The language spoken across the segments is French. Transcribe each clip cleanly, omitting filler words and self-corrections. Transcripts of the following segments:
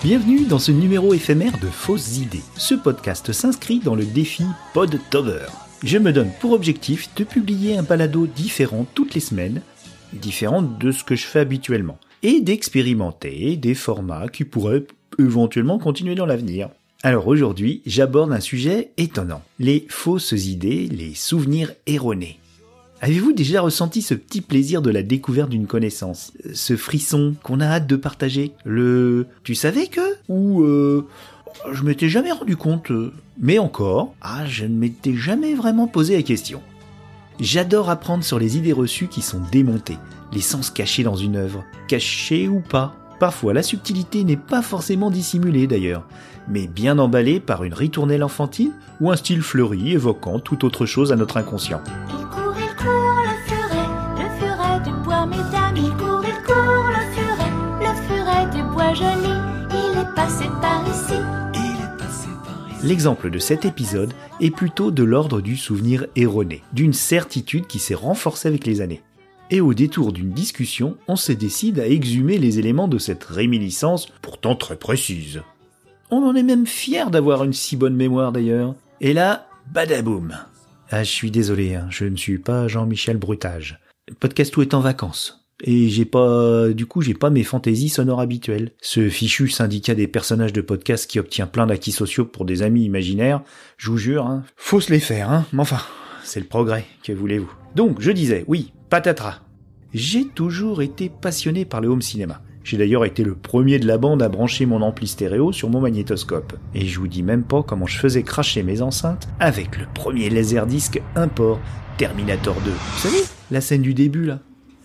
Bienvenue dans ce numéro éphémère de Fausses Idées. Ce podcast s'inscrit dans le défi Podtober. Je me donne pour objectif de publier un balado différent toutes les semaines, différent de ce que je fais habituellement, et d'expérimenter des formats qui pourraient éventuellement continuer dans l'avenir. Alors aujourd'hui, j'aborde un sujet étonnant, les fausses idées, les souvenirs erronés. Avez-vous déjà ressenti ce petit plaisir de la découverte d'une connaissance? Ce frisson qu'on a hâte de partager? Le « tu savais que ?» ou je m'étais jamais rendu compte. Mais encore, je ne m'étais jamais vraiment posé la question. J'adore apprendre sur les idées reçues qui sont démontées, les sens cachés dans une œuvre, cachés ou pas. Parfois, la subtilité n'est pas forcément dissimulée d'ailleurs, mais bien emballée par une ritournelle enfantine ou un style fleuri évoquant tout autre chose à notre inconscient. Il court, le furet du bois, mesdames. Il court, le furet du bois joli. Il est passé par ici. L'exemple de cet épisode est plutôt de l'ordre du souvenir erroné, d'une certitude qui s'est renforcée avec les années. Et au détour d'une discussion, on se décide à exhumer les éléments de cette réminiscence, pourtant très précise. On en est même fier d'avoir une si bonne mémoire d'ailleurs. Et là, badaboum. Je suis désolé, je ne suis pas Jean-Michel Brutage. Podcastou est en vacances. Et j'ai pas mes fantaisies sonores habituelles. Ce fichu syndicat des personnages de podcast qui obtient plein d'acquis sociaux pour des amis imaginaires, je vous jure, faut se les faire, mais enfin, c'est le progrès, que voulez-vous. Donc, je disais, oui, patatras. J'ai toujours été passionné par le home cinéma. J'ai d'ailleurs été le premier de la bande à brancher mon ampli stéréo sur mon magnétoscope. Et je vous dis même pas comment je faisais cracher mes enceintes avec le premier laserdisc import Terminator 2. Vous savez, la scène du début là.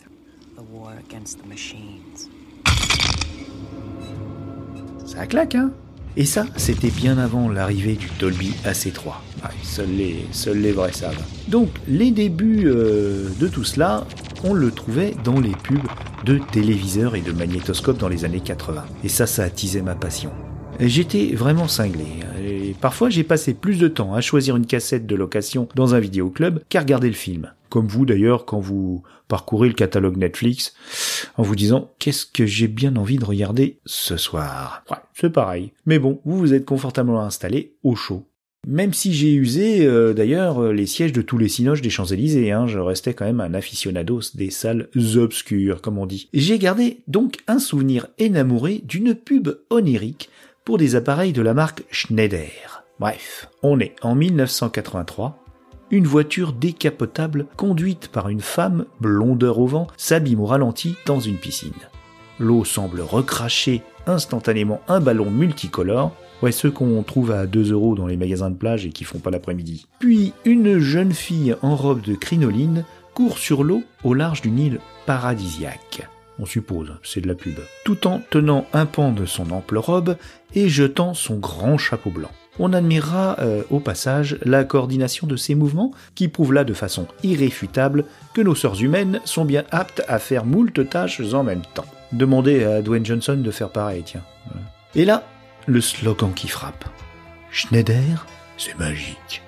Ça claque, Et ça, c'était bien avant l'arrivée du Dolby AC3. Seuls les vrais savent. Donc, les débuts de tout cela, on le trouvait dans les pubs de téléviseurs et de magnétoscopes dans les années 80. Et ça attisait ma passion. J'étais vraiment cinglé. Et parfois, j'ai passé plus de temps à choisir une cassette de location dans un vidéoclub qu'à regarder le film. Comme vous d'ailleurs, quand vous parcourez le catalogue Netflix, en vous disant « Qu'est-ce que j'ai bien envie de regarder ce soir ?» Ouais, c'est pareil. Mais bon, vous êtes confortablement installé au chaud. Même si j'ai usé, d'ailleurs, les sièges de tous les cinoches des Champs-Élysées, je restais quand même un aficionados des salles obscures, comme on dit. J'ai gardé donc un souvenir énamouré d'une pub onirique pour des appareils de la marque Schneider. Bref, on est en 1983, une voiture décapotable conduite par une femme, blondeur au vent, s'abîme au ralenti dans une piscine. L'eau semble recracher instantanément un ballon multicolore, ceux qu'on trouve à 2 € dans les magasins de plage et qui font pas l'après-midi. Puis une jeune fille en robe de crinoline court sur l'eau au large d'une île paradisiaque. On suppose, c'est de la pub. Tout en tenant un pan de son ample robe et jetant son grand chapeau blanc. On admirera au passage la coordination de ses mouvements qui prouve là de façon irréfutable que nos sœurs humaines sont bien aptes à faire moult tâches en même temps. Demandez à Dwayne Johnson de faire pareil, tiens. Et là, le slogan qui frappe. Schneider, c'est magique.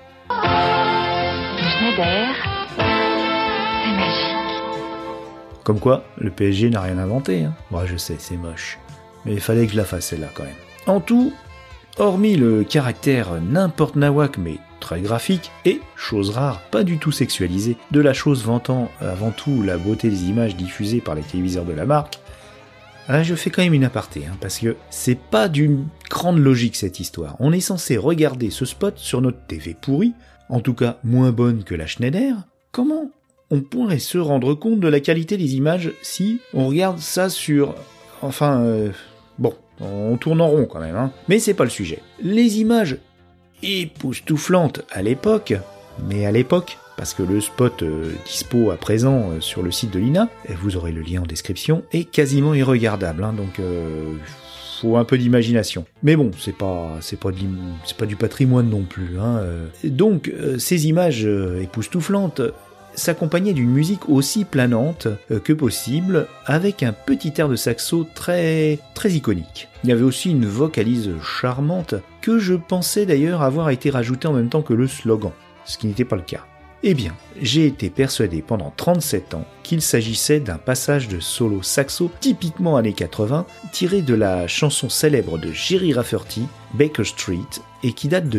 Schneider, c'est magique. Comme quoi, le PSG n'a rien inventé. Je sais, c'est moche. Mais il fallait que je la fasse celle-là quand même. En tout, hormis le caractère n'importe nawak mais très graphique et, chose rare, pas du tout sexualisé, de la chose vantant avant tout la beauté des images diffusées par les téléviseurs de la marque, je fais quand même une aparté, parce que c'est pas d'une grande logique cette histoire. On est censé regarder ce spot sur notre TV pourrie, en tout cas moins bonne que la Schneider. Comment on pourrait se rendre compte de la qualité des images si on regarde ça sur... on tourne en rond quand même, Mais c'est pas le sujet. Les images époustouflantes à l'époque, parce que le spot dispo à présent sur le site de l'INA, vous aurez le lien en description, est quasiment irregardable, donc faut un peu d'imagination. Mais bon, c'est pas du patrimoine non plus, Donc ces images époustouflantes s'accompagnaient d'une musique aussi planante que possible, avec un petit air de saxo très très iconique. Il y avait aussi une vocalise charmante que je pensais d'ailleurs avoir été rajoutée en même temps que le slogan, ce qui n'était pas le cas. Eh bien, j'ai été persuadé pendant 37 ans qu'il s'agissait d'un passage de solo saxo typiquement années 80, tiré de la chanson célèbre de Jerry Rafferty, Baker Street, et qui date de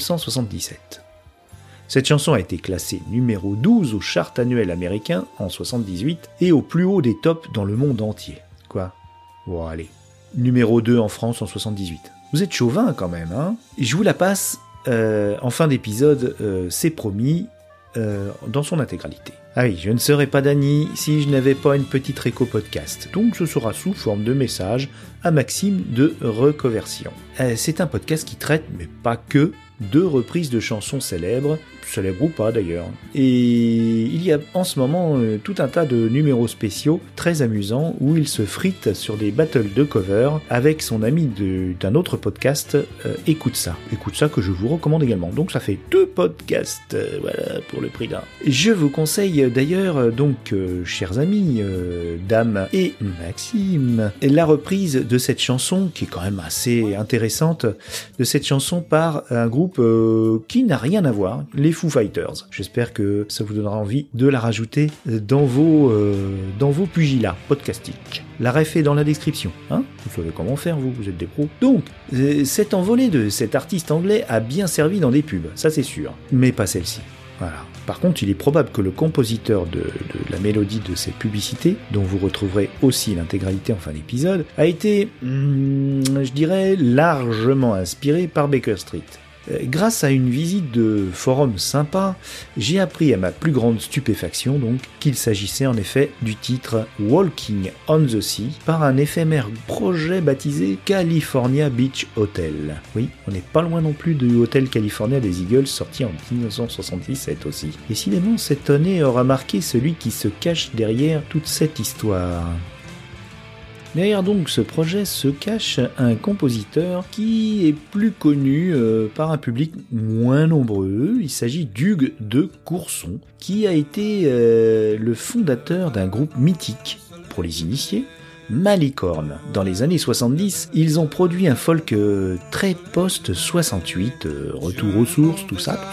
1977. Cette chanson a été classée numéro 12 au chart annuel américain en 78 et au plus haut des tops dans le monde entier. Quoi ? Bon, allez. Numéro 2 en France en 78. Vous êtes chauvin quand même, hein ? Je vous la passe en fin d'épisode, c'est promis, dans son intégralité. Ah oui, je ne serais pas Dany si je n'avais pas une petite réco podcast. Donc ce sera sous forme de message à Maxime de Recoversion. C'est un podcast qui traite, mais pas que, de reprises de chansons célèbres ou pas d'ailleurs. Et il y a en ce moment tout un tas de numéros spéciaux très amusants où il se frite sur des battles de cover avec son ami d'un autre podcast, Écoute ça que je vous recommande également. Donc ça fait 2 podcasts, voilà, pour le prix d'un. Je vous conseille d'ailleurs, chers amis, Dame et Maxime, la reprise de cette chanson qui est quand même assez intéressante, de cette chanson par un groupe qui n'a rien à voir, les Foo Fighters. J'espère que ça vous donnera envie de la rajouter dans vos pugilats podcastiques. La ref est dans la description, hein ? Vous savez comment faire, vous êtes des pros. Donc, cette envolée de cet artiste anglais a bien servi dans des pubs, ça c'est sûr, mais pas celle-ci. Voilà. Par contre, il est probable que le compositeur de la mélodie de cette publicité, dont vous retrouverez aussi l'intégralité en fin d'épisode, a été, je dirais, largement inspiré par Baker Street. Grâce à une visite de forum sympa, j'ai appris à ma plus grande stupéfaction donc qu'il s'agissait en effet du titre Walking on the Sea par un éphémère projet baptisé California Beach Hotel. Oui, on n'est pas loin non plus du Hotel California des Eagles sorti en 1977 aussi. Décidément, cette année aura marqué celui qui se cache derrière toute cette histoire. Derrière donc ce projet se cache un compositeur qui est plus connu par un public moins nombreux. Il s'agit d'Hugues de Courson, qui a été le fondateur d'un groupe mythique pour les initiés, Malicorne. Dans les années 70, ils ont produit un folk très post-68, retour aux sources, tout ça.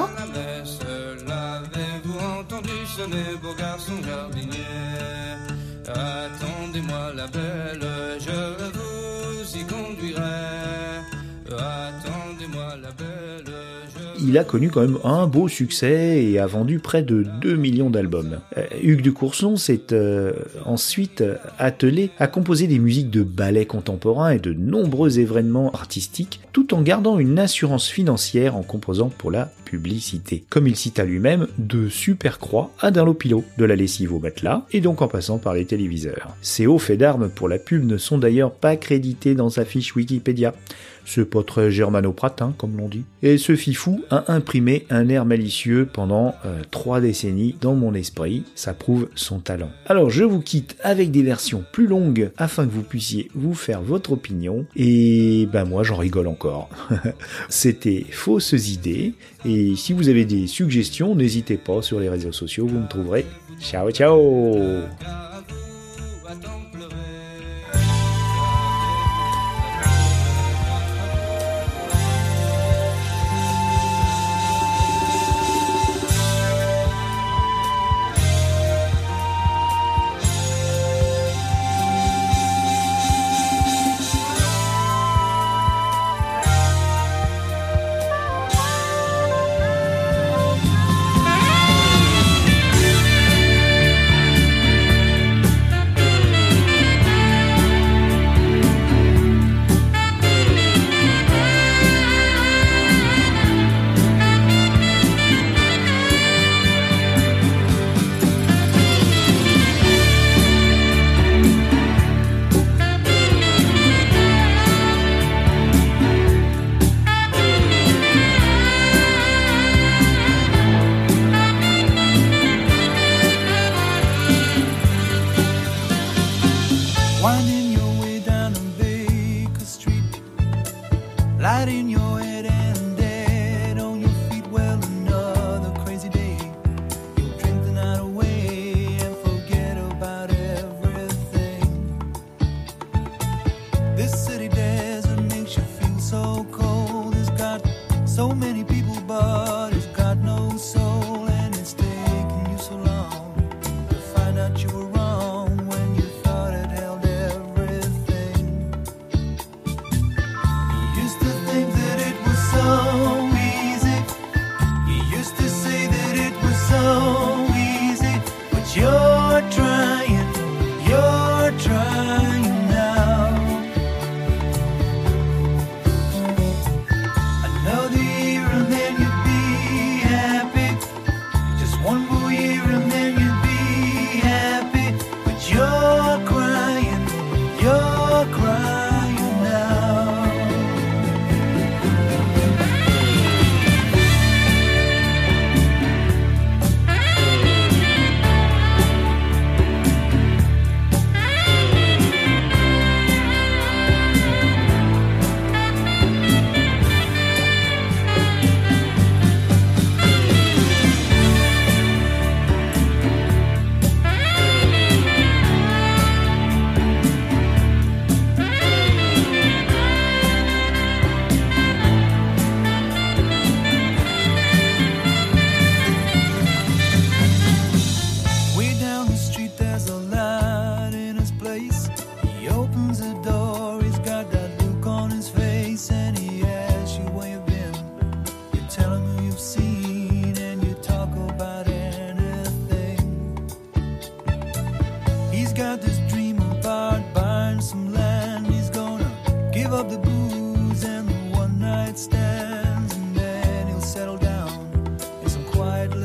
Attendez-moi la belle, je vous y conduirai. Attendez-moi la belle, il a connu quand même un beau succès et a vendu près de 2 millions d'albums. Hugues de Courson s'est ensuite attelé à composer des musiques de ballets contemporains et de nombreux événements artistiques, tout en gardant une assurance financière en composant pour la publicité. Comme il cite à lui-même, de super croix à Dunlopillo, de la lessive au matelas, et donc en passant par les téléviseurs. Ses hauts faits d'armes pour la pub ne sont d'ailleurs pas crédités dans sa fiche Wikipédia. C'est pas très germano-pratin, comme l'on dit. Et ce fifou a imprimé un air malicieux pendant 3 décennies dans mon esprit. Ça prouve son talent. Alors je vous quitte avec des versions plus longues afin que vous puissiez vous faire votre opinion. Et ben moi j'en rigole encore. C'était Fausses idées. Et si vous avez des suggestions, n'hésitez pas sur les réseaux sociaux, vous me trouverez. Ciao ciao.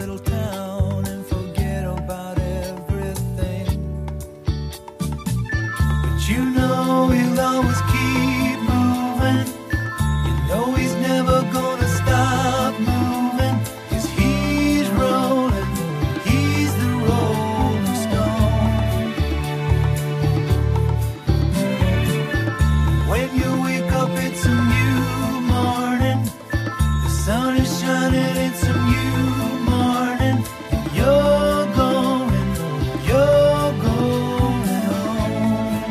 little town and forget about everything. But you know he'll always keep moving. You know he's never gonna stop moving. 'Cause he's rolling, he's the Rolling Stone. When you wake up, it's a new morning. The sun is shining, it's a new morning. And you're going home.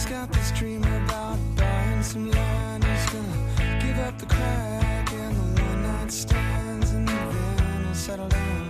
He's got this dream about buying some land. He's gonna give up the crack and the one night stands, and then he'll settle down